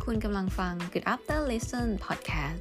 คุณกำลังฟัง Good After Listen Podcast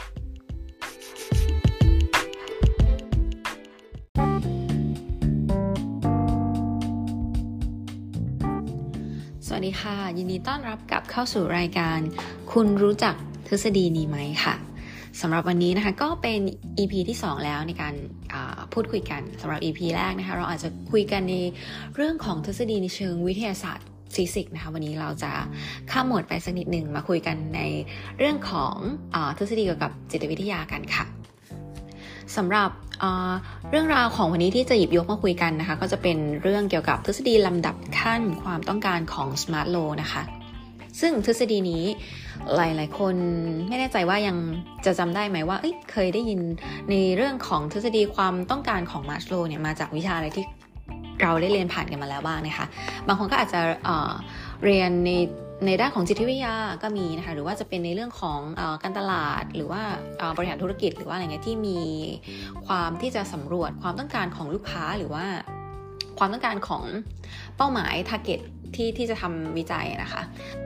สวัสดีค่ะยินดีต้อนรับกลับเข้าสู่รายการคุณรู้จักทฤษฎีนี้ไหมค่ะสำหรับวันนี้นะคะก็เป็น EP ที่2แล้วในการพูดคุยกันสำหรับ EP แรกนะคะเราอาจจะคุยกันในเรื่องของทฤษฎีในเชิงวิทยาศาสตร์ฟิสิกส์นะคะวันนี้เราจะข้ามหมวดไปสักนิดหนึ่งมาคุยกันในเรื่องของทฤษฎีเกี่ยวกับจิตวิทยากันค่ะสำหรับเรื่องราวของวันนี้ที่จะหยิบยกมาคุยกันนะคะก็จะเป็นเรื่องเกี่ยวกับทฤษฎีลำดับขั้นความต้องการของสมาร์ทโลนะคะซึ่งทฤษฎีนี้หลายๆคนไม่แน่ใจว่ายังจะจำได้ไหมว่าเคยได้ยินในเรื่องของทฤษฎีความต้องการของมาสโลว์เนี่ยมาจากวิชาอะไรที่เราได้เรียนผ่านกันมาแล้วบ้างนะคะบางคนก็อาจจะเรียนในด้านของจิตวิทยาก็มีนะคะหรือว่าจะเป็นในเรื่องของการตลาดหรือว่าบริหารธุรกิจหรือว่าอะไรเงี้ยที่มีความที่จะสำรวจความต้องการของลูกค้าหรือว่าความต้องการของเป้าหมาย target ที่จะทำวิจัยนะคะ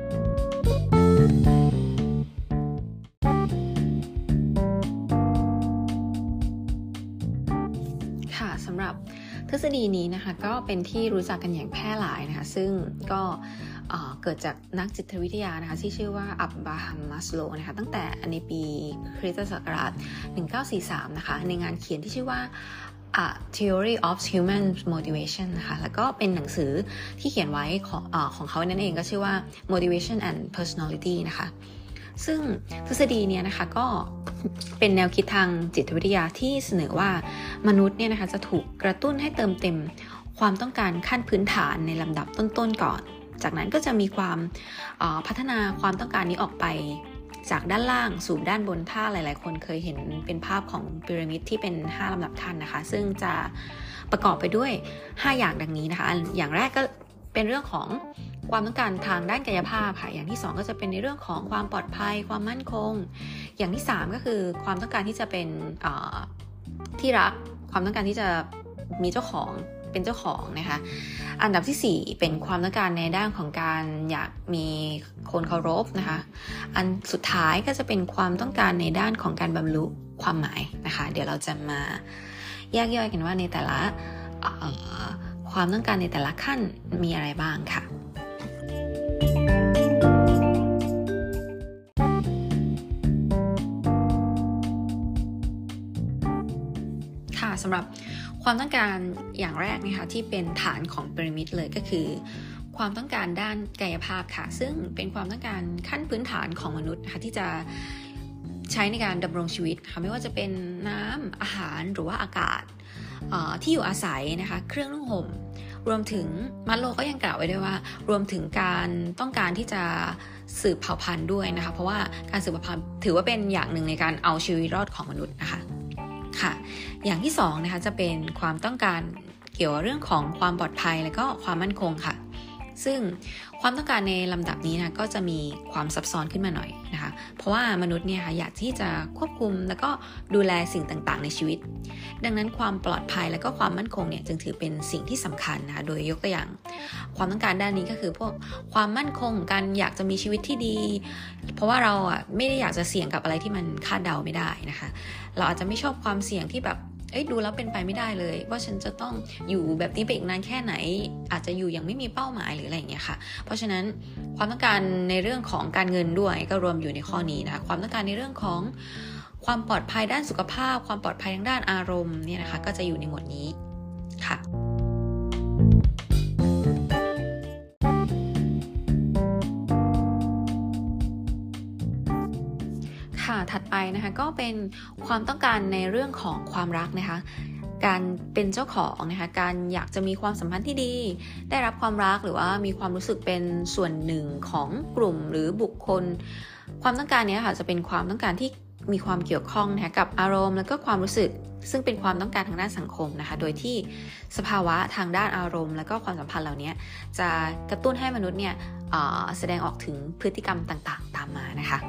ค่ะสำหรับทฤษฎีนี้นะคะก็เป็นที่รู้จักกันอย่างแพร่หลายนะคะซึ่งก็เกิดจากนักจิตวิทยานะคะที่ชื่อว่าอับบราฮัม มัสโลว์นะคะตั้งแต่ในปีคริสตศักราช1943นะคะในงานเขียนที่ชื่อว่า A Theory of Human Motivation นะคะแล้วก็เป็นหนังสือที่เขียนไว้ของเขานั่นเองก็ชื่อว่า Motivation and Personality นะคะซึ่งทฤษฎีเนี่ยนะคะก็เป็นแนวคิดทางจิตวิทยาที่เสนอว่ามนุษย์เนี่ยนะคะจะถูกกระตุ้นให้เติมเต็มความต้องการขั้นพื้นฐานในลำดับต้นๆก่อนจากนั้นก็จะมีความพัฒนาความต้องการนี้ออกไปจากด้านล่างสู่ด้านบนถ้าหลายๆคนเคยเห็นเป็นภาพของพีระมิดที่เป็น5ลำดับขั้นนะคะซึ่งจะประกอบไปด้วย5อย่างดังนี้นะคะอย่างแรกก็เป็นเรื่องของความต้องการทางด้านกายภาพค่ะอย่างที่2ก็จะเป็นในเรื่องของความปลอดภัยความมั่นคงอย่างที่3ก็คือความต้องการที่จะเป็นที่รักความต้องการที่จะมีเจ้าของเป็นเจ้าของนะคะอันดับที่4เป็นความต้องการในด้านของการอยากมีคนเคารพนะคะอันสุดท้ายก็จะเป็นความต้องการในด้านของการบรรลุความหมายนะคะเดี๋ยวเราจะมาแยกย่อยกันว่าในแต่ละความต้องการในแต่ละขั้นมีอะไรบ้างค่ะค่ะสำหรับความต้องการอย่างแรกนะคะที่เป็นฐานของพีระมิดเลยก็คือความต้องการด้านกายภาพค่ะซึ่งเป็นความต้องการขั้นพื้นฐานของมนุษย์นะคะที่จะใช้ในการดำรงชีวิตค่ะไม่ว่าจะเป็นน้ำอาหารหรือว่าอากาศที่อยู่อาศัยนะคะเครื่องนุ่งห่มรวมถึงมัสโลว์ก็ยังกล่าวไว้ด้วยว่ารวมถึงการต้องการที่จะสืบเผ่าพันธุ์ด้วยนะคะเพราะว่าการสืบเผ่าพันธุ์ถือว่าเป็นอย่างหนึ่งในการเอาชีวิตรอดของมนุษย์นะคะค่ะอย่างที่2นะคะจะเป็นความต้องการเกี่ยวกับเรื่องของความปลอดภัยและก็ความมั่นคงค่ะซึ่งความต้องการในลำดับนี้นะก็จะมีความซับซ้อนขึ้นมาหน่อยนะคะเพราะว่ามนุษย์เนี่ยค่ะอยากที่จะควบคุมแล้วก็ดูแลสิ่งต่างๆในชีวิตดังนั้นความปลอดภัยและก็ความมั่นคงเนี่ยจึงถือเป็นสิ่งที่สำคัญนะคะโดยยกตัวอย่างความต้องการด้านนี้ก็คือพวกความมั่นคงการอยากจะมีชีวิตที่ดีเพราะว่าเราไม่ได้อยากจะเสี่ยงกับอะไรที่มันคาดเดาไม่ได้นะคะเราอาจจะไม่ชอบความเสี่ยงที่แบบดูแล้วเป็นไปไม่ได้เลยว่าฉันจะต้องอยู่แบบนี้ไปอีกนานแค่ไหนอาจจะอยู่อย่างไม่มีเป้าหมายหรืออะไรอย่างเงี้ยค่ะเพราะฉะนั้นความต้องการในเรื่องของการเงินด้วยก็รวมอยู่ในข้อนี้นะคะความต้องการในเรื่องของความปลอดภัยด้านสุขภาพความปลอดภัยทางด้านอารมณ์เนี่ยนะคะก็จะอยู่ในหมวดนี้ค่ะถัดไปนะคะก็เป็นความต้องการในเรื่องของความรักนะคะการเป็นเจ้าของนะคะการอยากจะมีความสัมพันธ์ที่ดีได้รับความรักหรือว่ามีความรู้สึกเป็นส่วนหนึ่งของกลุ่มหรือบุคคลความต้องการนี้ค่ะจะเป็นความต้องการที่มีความเกี่ยวข้องนะคะกับอารมณ์แล้วก็ความรู้สึกซึ่งเป็นความต้องการทางด้านสังคมนะคะโดยที่สภาวะทางด้านอารมณ์แล้วก็ความสัมพันธ์เหล่านี้จะกระตุ้นให้มนุษย์เนี่ยแสดงออกถึงพฤติกรรมต่างๆตามมานะคะ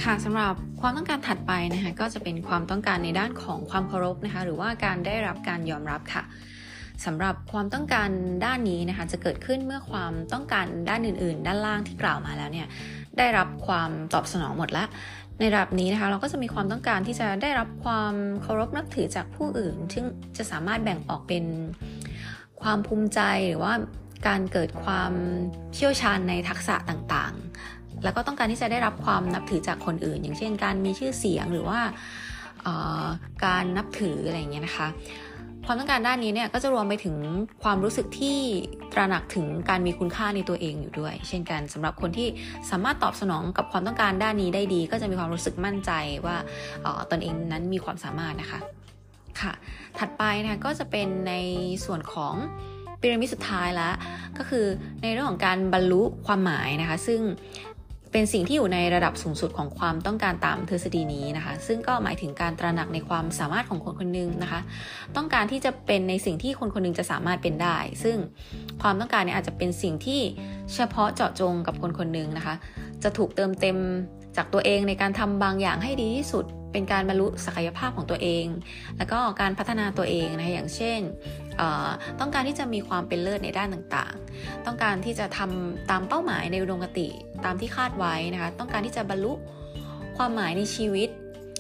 ค่ะสำหรับความต้องการถัดไปนะคะก็จะเป็นความต้องการในด้านของความเคารพนะคะหรือว่าการได้รับการยอมรับค่ะสำหรับความต้องการด้านนี้นะคะจะเกิดขึ้นเมื่อความต้องการด้านอื่นๆด้านล่างที่กล่าวมาแล้วเนี่ยได้รับความตอบสนองหมดแล้วในระดับนี้นะคะเราก็จะมีความต้องการที่จะได้รับความเคารพนับถือจากผู้อื่นซึ่งจะสามารถแบ่งออกเป็นความภูมิใจหรือว่าการเกิดความเชี่ยวชาญในทักษะต่างๆแล้วก็ต้องการที่จะได้รับความนับถือจากคนอื่นอย่างเช่นการมีชื่อเสียงหรือว่าการนับถืออะไรอย่างเงี้ยนะคะความต้องการด้านนี้เนี่ยก็จะรวมไปถึงความรู้สึกที่ตระหนักถึงการมีคุณค่าในตัวเองอยู่ด้วยเช่นกันสำหรับคนที่สามารถตอบสนองกับความต้องการด้านนี้ได้ดีก็จะมีความรู้สึกมั่นใจว่าตนเองนั้นมีความสามารถนะคะค่ะถัดไปนะคะก็จะเป็นในส่วนของพีระมิดสุดท้ายแล้วก็คือในเรื่องของการบรรลุความหมายนะคะซึ่งเป็นสิ่งที่อยู่ในระดับสูงสุดของความต้องการตามทฤษฎีนี้นะคะซึ่งก็หมายถึงการตระหนักในความสามารถของคนคนหนึ่งนะคะต้องการที่จะเป็นในสิ่งที่คนคนหนึ่งจะสามารถเป็นได้ซึ่งความต้องการเนี่ยอาจจะเป็นสิ่งที่เฉพาะเจาะจงกับคนคนหนึ่งนะคะจะถูกเติมเต็มจากตัวเองในการทำบางอย่างให้ดีที่สุดเป็นการบรรลุศักยภาพของตัวเองแล้วก็การพัฒนาตัวเองนะคะอย่างเช่นต้องการที่จะมีความเป็นเลิศในด้านต่างๆต้องการที่จะทำตามเป้าหมายในอุดมคติตามที่คาดไว้นะคะต้องการที่จะบรรลุความหมายในชีวิต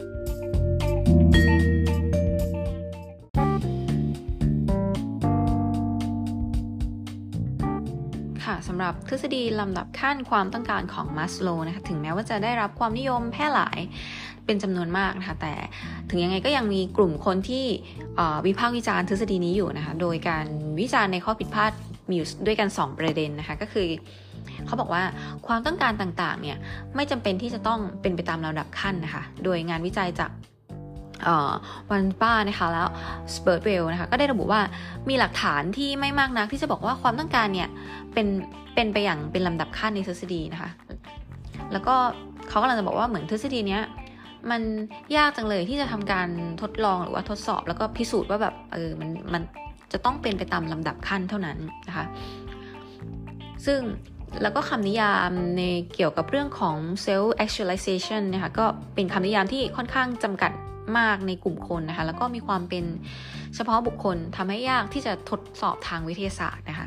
สำหรับทฤษฎีลำดับขั้นความต้องการของมัสโลว์นะคะถึงแม้ว่าจะได้รับความนิยมแพร่หลายเป็นจำนวนมากนะคะแต่ถึงยังไงก็ยังมีกลุ่มคนที่วิพากษ์วิจารณ์ทฤษฎีนี้อยู่นะคะโดยการวิจารณ์ในข้อผิดพลาดมีอยู่ด้วยกัน2ประเด็นนะคะก็คือเขาบอกว่าความต้องการต่างๆเนี่ยไม่จำเป็นที่จะต้องเป็นไปตามลำดับขั้นนะคะโดยงานวิจัยจากวันป้านะคะแล้วสเปิร์ตเวลนะคะก็ได้ระบุว่ามีหลักฐานที่ไม่มากนักที่จะบอกว่าความต้องการเนี่ยเป็นไปอย่างเป็นลำดับขั้นในทฤษฎีนะคะแล้วก็เขากำลังจะบอกว่าเหมือนทฤษฎีเนี้ยมันยากจังเลยที่จะทำการทดลองหรือว่าทดสอบแล้วก็พิสูจน์ว่าแบบมันจะต้องเป็นไปตามลำดับขั้นเท่านั้นนะคะซึ่งแล้วก็คำนิยามในเกี่ยวกับเรื่องของ self actualization นะคะก็เป็นคำนิยามที่ค่อนข้างจำกัดมากในกลุ่มคนนะคะแล้วก็มีความเป็นเฉพาะบุคคลทำให้ยากที่จะทดสอบทางวิทยาศาสตร์นะคะ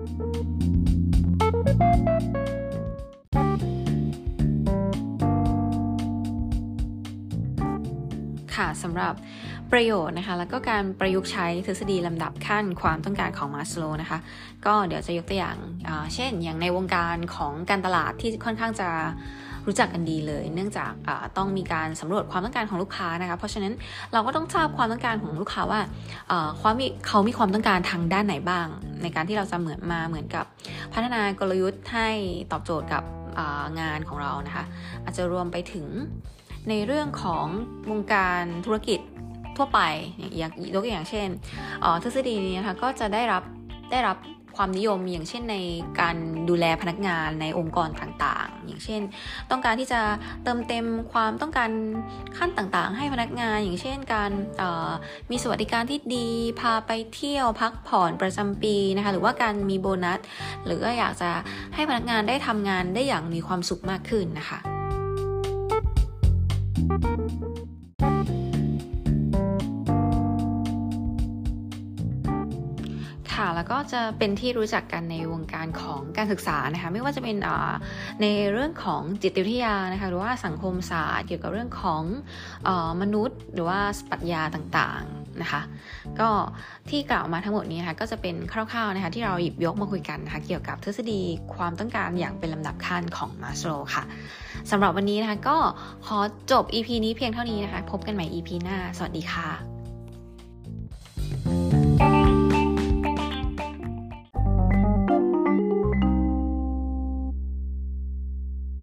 ค่ะสำหรับประโยชน์นะคะแล้วก็การประยุกต์ใช้ทฤษฎีลำดับขั้นความต้องการของมัสโลว์นะคะก็เดี๋ยวจะยกตัวอย่างเช่นอย่างในวงการของการตลาดที่ค่อนข้างจะรู้จักกันดีเลยเนื่องจากต้องมีการสำรวจความต้องการของลูกค้านะคะเพราะฉะนั้นเราก็ต้องทราบความต้องการของลูกค้าว่าเขามีความต้องการทางด้านไหนบ้างในการที่เราจะเหมือนกับพัฒนากลยุทธ์ให้ตอบโจทย์กับงานของเรานะคะอาจจะรวมไปถึงในเรื่องของวงการธุรกิจทั่วไปยกตัวอย่างเช่นทฤษฎีนี้นะคะก็จะได้รับความนิยมอย่างเช่นในการดูแลพนักงานในองค์กรต่างๆอย่างเช่นต้องการที่จะเติมเต็มความต้องการขั้นต่างๆให้พนักงานอย่างเช่นการมีสวัสดิการที่ดีพาไปเที่ยวพักผ่อนประจำปีนะคะหรือว่าการมีโบนัสหรือก็อยากจะให้พนักงานได้ทำงานได้อย่างมีความสุขมากขึ้นนะคะค่ะแล้วก็จะเป็นที่รู้จักกันในวงการของการศึกษานะคะไม่ว่าจะเป็นในเรื่องของจิตวิทยานะคะหรือว่าสังคมศาสตร์เกี่ยวกับเรื่องของมนุษย์หรือว่าปรัชญาต่างๆนะคะก็ที่กล่าวมาทั้งหมดนี้นะคะก็จะเป็นคร่าวๆนะคะที่เราหยิบยกมาคุยกันนะคะเกี่ยวกับทฤษฎีความต้องการอย่างเป็นลำดับขั้นของมัสโลว์ค่ะสำหรับวันนี้นะคะก็ขอจบ EP นี้เพียงเท่านี้นะคะพบกันใหม่ EP หน้าสวัสดีค่ะ